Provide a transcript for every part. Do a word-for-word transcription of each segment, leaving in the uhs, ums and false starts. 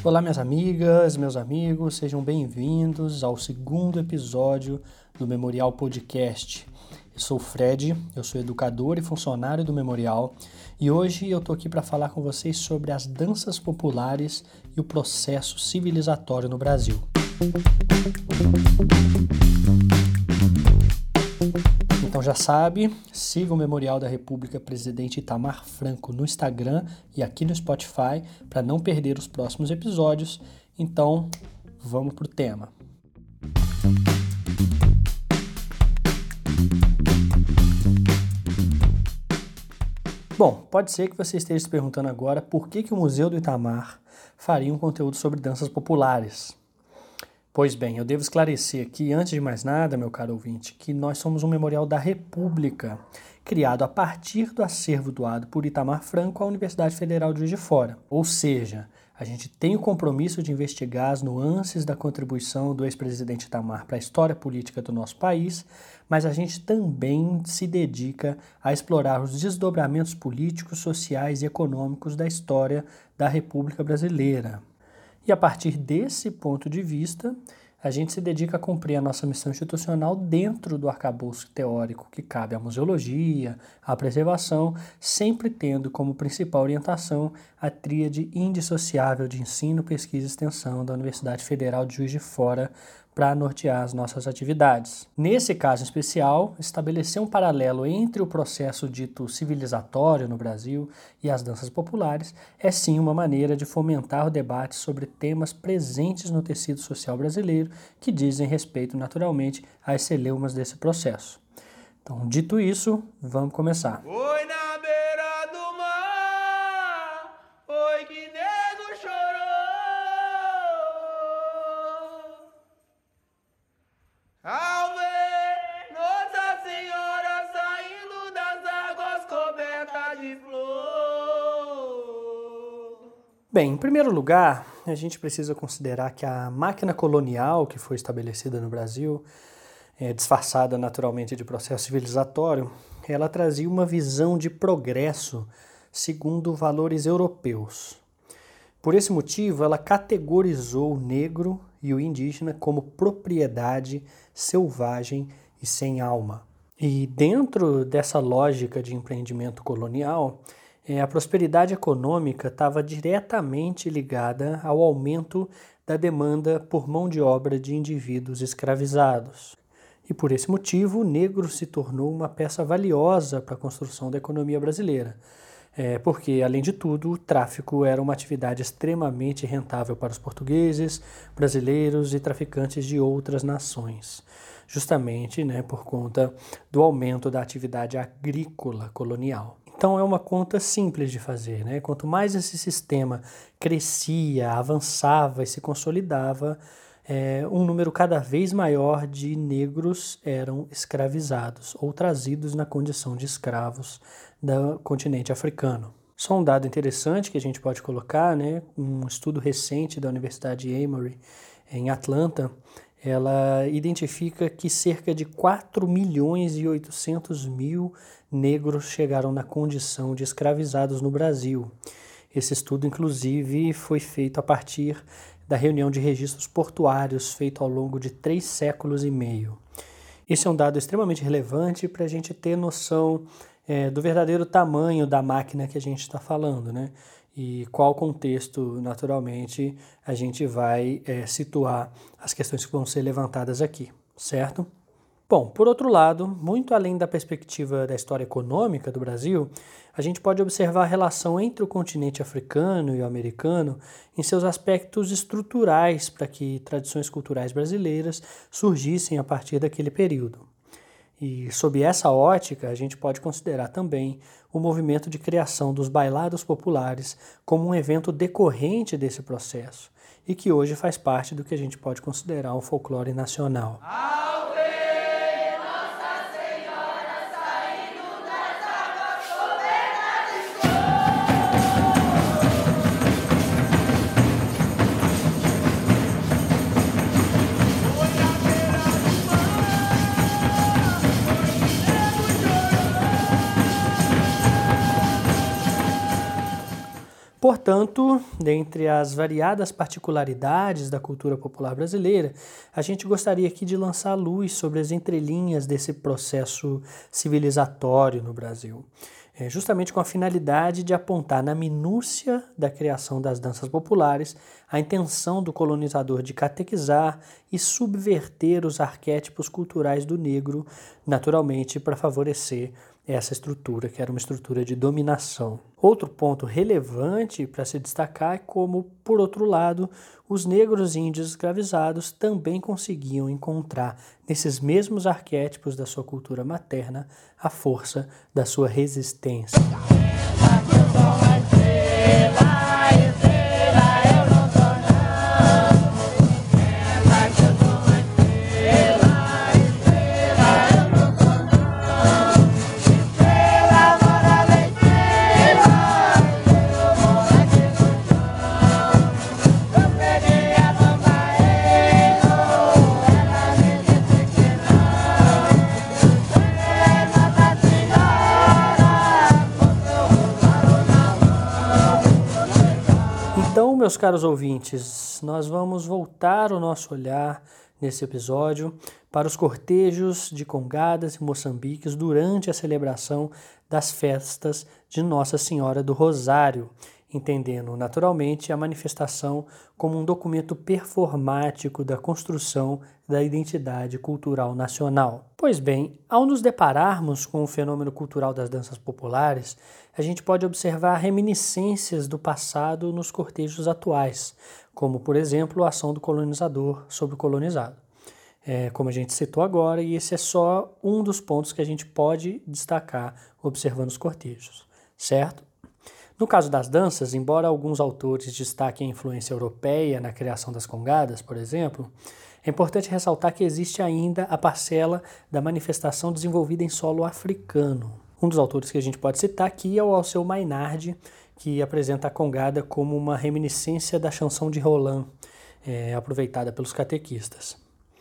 Olá, minhas amigas, meus amigos, sejam bem-vindos ao segundo episódio do Memorial Podcast. Eu sou o Fred, eu sou educador e funcionário do Memorial e hoje eu tô aqui para falar com vocês sobre as danças populares e o processo civilizatório no Brasil. Então já sabe, siga o Memorial da República Presidente Itamar Franco no Instagram e aqui no Spotify para não perder os próximos episódios. Então, vamos pro tema. Bom, pode ser que você esteja se perguntando agora por que, que o Museu do Itamar faria um conteúdo sobre danças populares. Pois bem, eu devo esclarecer aqui, antes de mais nada, meu caro ouvinte, que nós somos um memorial da República, criado a partir do acervo doado por Itamar Franco à Universidade Federal de Juiz de Fora. Ou seja, a gente tem o compromisso de investigar as nuances da contribuição do ex-presidente Itamar para a história política do nosso país, mas a gente também se dedica a explorar os desdobramentos políticos, sociais e econômicos da história da República Brasileira. E a partir desse ponto de vista, a gente se dedica a cumprir a nossa missão institucional dentro do arcabouço teórico que cabe à museologia, à preservação, sempre tendo como principal orientação a tríade indissociável de ensino, pesquisa e extensão da Universidade Federal de Juiz de Fora para nortear as nossas atividades. Nesse caso especial, estabelecer um paralelo entre o processo dito civilizatório no Brasil e as danças populares é sim uma maneira de fomentar o debate sobre temas presentes no tecido social brasileiro que dizem respeito naturalmente às celeumas desse processo. Então, dito isso, vamos começar. Oi na beira do mar, oi que nego chorou. Ao ver Nossa Senhora saindo das águas cobertas de flor. Bem, em primeiro lugar, a gente precisa considerar que a máquina colonial que foi estabelecida no Brasil, é, disfarçada naturalmente de processo civilizatório, ela trazia uma visão de progresso segundo valores europeus. Por esse motivo, ela categorizou o negro e o indígena como propriedade selvagem e sem alma. E dentro dessa lógica de empreendimento colonial, é, a prosperidade econômica estava diretamente ligada ao aumento da demanda por mão de obra de indivíduos escravizados. E por esse motivo, o negro se tornou uma peça valiosa para a construção da economia brasileira. É, porque, além de tudo, o tráfico era uma atividade extremamente rentável para os portugueses, brasileiros e traficantes de outras nações, justamente, né, por conta do aumento da atividade agrícola colonial. Então é uma conta simples de fazer, né? Quanto mais esse sistema crescia, avançava e se consolidava, é, um número cada vez maior de negros eram escravizados ou trazidos na condição de escravos do continente africano. Só um dado interessante que a gente pode colocar, né? Um estudo recente da Universidade Emory, em Atlanta, ela identifica que cerca de quatro milhões e oitocentos mil negros chegaram na condição de escravizados no Brasil. Esse estudo, inclusive, foi feito a partir da reunião de registros portuários feito ao longo de três séculos e meio. Esse é um dado extremamente relevante para a gente ter noção é, do verdadeiro tamanho da máquina que a gente está falando, né? E qual contexto, naturalmente, a gente vai é, situar as questões que vão ser levantadas aqui, certo? Bom, por outro lado, muito além da perspectiva da história econômica do Brasil, a gente pode observar a relação entre o continente africano e o americano em seus aspectos estruturais para que tradições culturais brasileiras surgissem a partir daquele período. E sob essa ótica, a gente pode considerar também o movimento de criação dos bailados populares como um evento decorrente desse processo e que hoje faz parte do que a gente pode considerar um folclore nacional. Ao ver Nossa Senhora saindo das águas cobertas de Portanto, dentre as variadas particularidades da cultura popular brasileira, a gente gostaria aqui de lançar luz sobre as entrelinhas desse processo civilizatório no Brasil, é, justamente com a finalidade de apontar na minúcia da criação das danças populares a intenção do colonizador de catequizar e subverter os arquétipos culturais do negro, naturalmente para favorecer essa estrutura, que era uma estrutura de dominação. Outro ponto relevante para se destacar é como, por outro lado, os negros índios escravizados também conseguiam encontrar nesses mesmos arquétipos da sua cultura materna a força da sua resistência. Então, meus caros ouvintes, nós vamos voltar o nosso olhar nesse episódio para os cortejos de congadas e moçambiques durante a celebração das festas de Nossa Senhora do Rosário, entendendo naturalmente a manifestação como um documento performático da construção da identidade cultural nacional. Pois bem, ao nos depararmos com o fenômeno cultural das danças populares, a gente pode observar reminiscências do passado nos cortejos atuais, como, por exemplo, a ação do colonizador sobre o colonizado. É, como a gente citou agora, e esse é só um dos pontos que a gente pode destacar observando os cortejos, certo? No caso das danças, embora alguns autores destaquem a influência europeia na criação das congadas, por exemplo, é importante ressaltar que existe ainda a parcela da manifestação desenvolvida em solo africano. Um dos autores que a gente pode citar aqui é o Alceu Mainardi, que apresenta a congada como uma reminiscência da chanson de Roland, é, aproveitada pelos catequistas.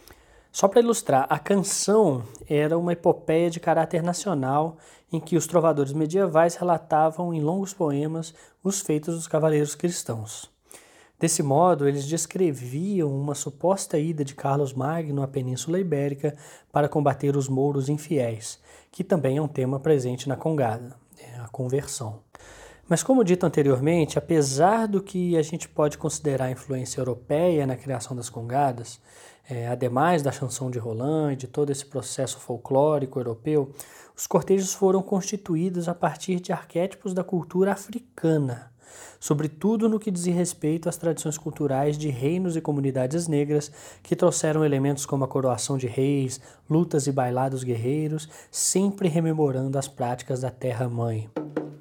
Só para ilustrar, a canção era uma epopeia de caráter nacional em que os trovadores medievais relatavam em longos poemas os feitos dos cavaleiros cristãos. Desse modo, eles descreviam uma suposta ida de Carlos Magno à Península Ibérica para combater os mouros infiéis, que também é um tema presente na congada, a conversão. Mas como dito anteriormente, apesar do que a gente pode considerar a influência europeia na criação das congadas, é, ademais da chanson de Roland e de todo esse processo folclórico europeu, os cortejos foram constituídos a partir de arquétipos da cultura africana, sobretudo no que diz respeito às tradições culturais de reinos e comunidades negras que trouxeram elementos como a coroação de reis, lutas e bailados guerreiros, sempre rememorando as práticas da terra-mãe.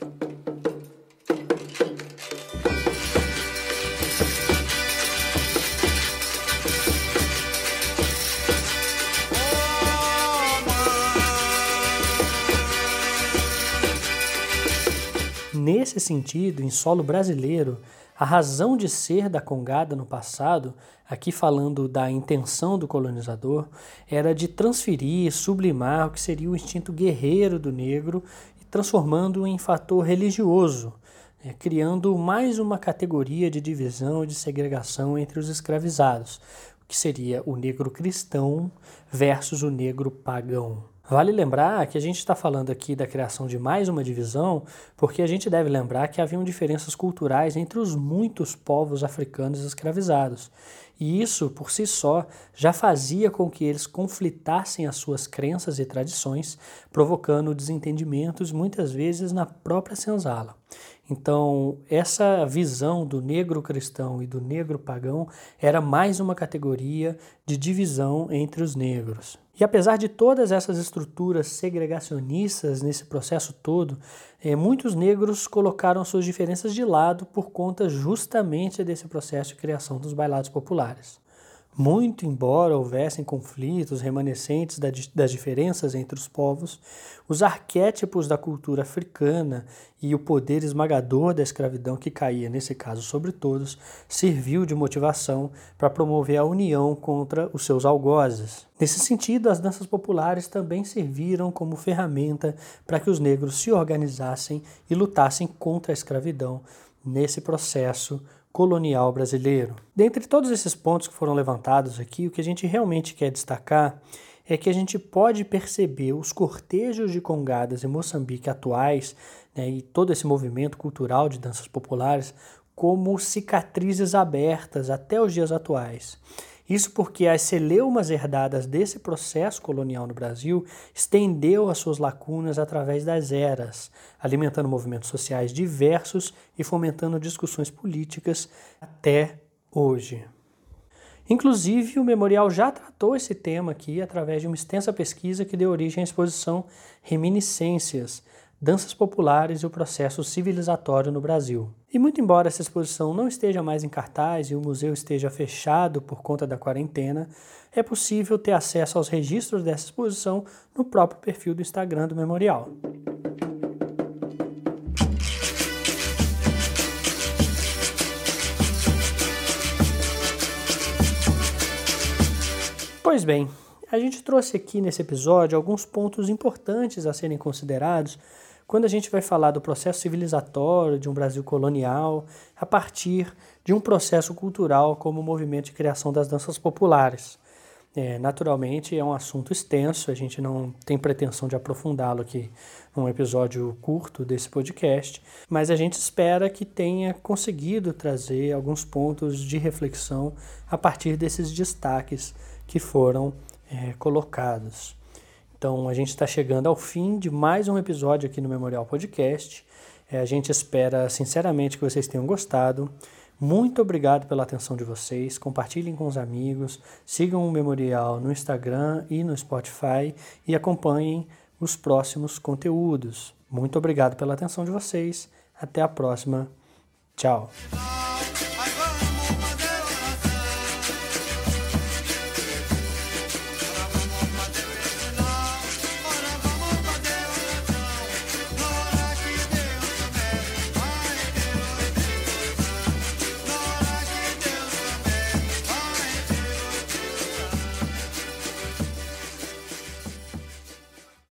Nesse sentido, em solo brasileiro, a razão de ser da congada no passado, aqui falando da intenção do colonizador, era de transferir, sublimar o que seria o instinto guerreiro do negro e transformando-o em fator religioso, né, criando mais uma categoria de divisão e de segregação entre os escravizados, que seria o negro cristão versus o negro pagão. Vale lembrar que a gente está falando aqui da criação de mais uma divisão, porque a gente deve lembrar que haviam diferenças culturais entre os muitos povos africanos escravizados. E isso, por si só, já fazia com que eles conflitassem as suas crenças e tradições, provocando desentendimentos, muitas vezes, na própria senzala. Então, essa visão do negro cristão e do negro pagão era mais uma categoria de divisão entre os negros. E apesar de todas essas estruturas segregacionistas nesse processo todo, eh, muitos negros colocaram suas diferenças de lado por conta justamente desse processo de criação dos bailados populares. Muito embora houvessem conflitos remanescentes das diferenças entre os povos, os arquétipos da cultura africana e o poder esmagador da escravidão que caía, nesse caso sobre todos, serviu de motivação para promover a união contra os seus algozes. Nesse sentido, as danças populares também serviram como ferramenta para que os negros se organizassem e lutassem contra a escravidão nesse processo colonial brasileiro. Dentre todos esses pontos que foram levantados aqui, o que a gente realmente quer destacar é que a gente pode perceber os cortejos de congadas em Moçambique atuais, né, e todo esse movimento cultural de danças populares como cicatrizes abertas até os dias atuais. Isso porque as celeumas herdadas desse processo colonial no Brasil estendeu as suas lacunas através das eras, alimentando movimentos sociais diversos e fomentando discussões políticas até hoje. Inclusive, o Memorial já tratou esse tema aqui através de uma extensa pesquisa que deu origem à exposição Reminiscências, Danças Populares e o Processo Civilizatório no Brasil. E muito embora essa exposição não esteja mais em cartaz e o museu esteja fechado por conta da quarentena, é possível ter acesso aos registros dessa exposição no próprio perfil do Instagram do Memorial. Pois bem, a gente trouxe aqui nesse episódio alguns pontos importantes a serem considerados quando a gente vai falar do processo civilizatório de um Brasil colonial a partir de um processo cultural como o movimento de criação das danças populares. É, naturalmente é um assunto extenso, a gente não tem pretensão de aprofundá-lo aqui num episódio curto desse podcast, mas a gente espera que tenha conseguido trazer alguns pontos de reflexão a partir desses destaques que foram é, colocados. Então a gente está chegando ao fim de mais um episódio aqui no Memorial Podcast. É, a gente espera sinceramente que vocês tenham gostado. Muito obrigado pela atenção de vocês. Compartilhem com os amigos, sigam o Memorial no Instagram e no Spotify e acompanhem os próximos conteúdos. Muito obrigado pela atenção de vocês. Até a próxima. Tchau.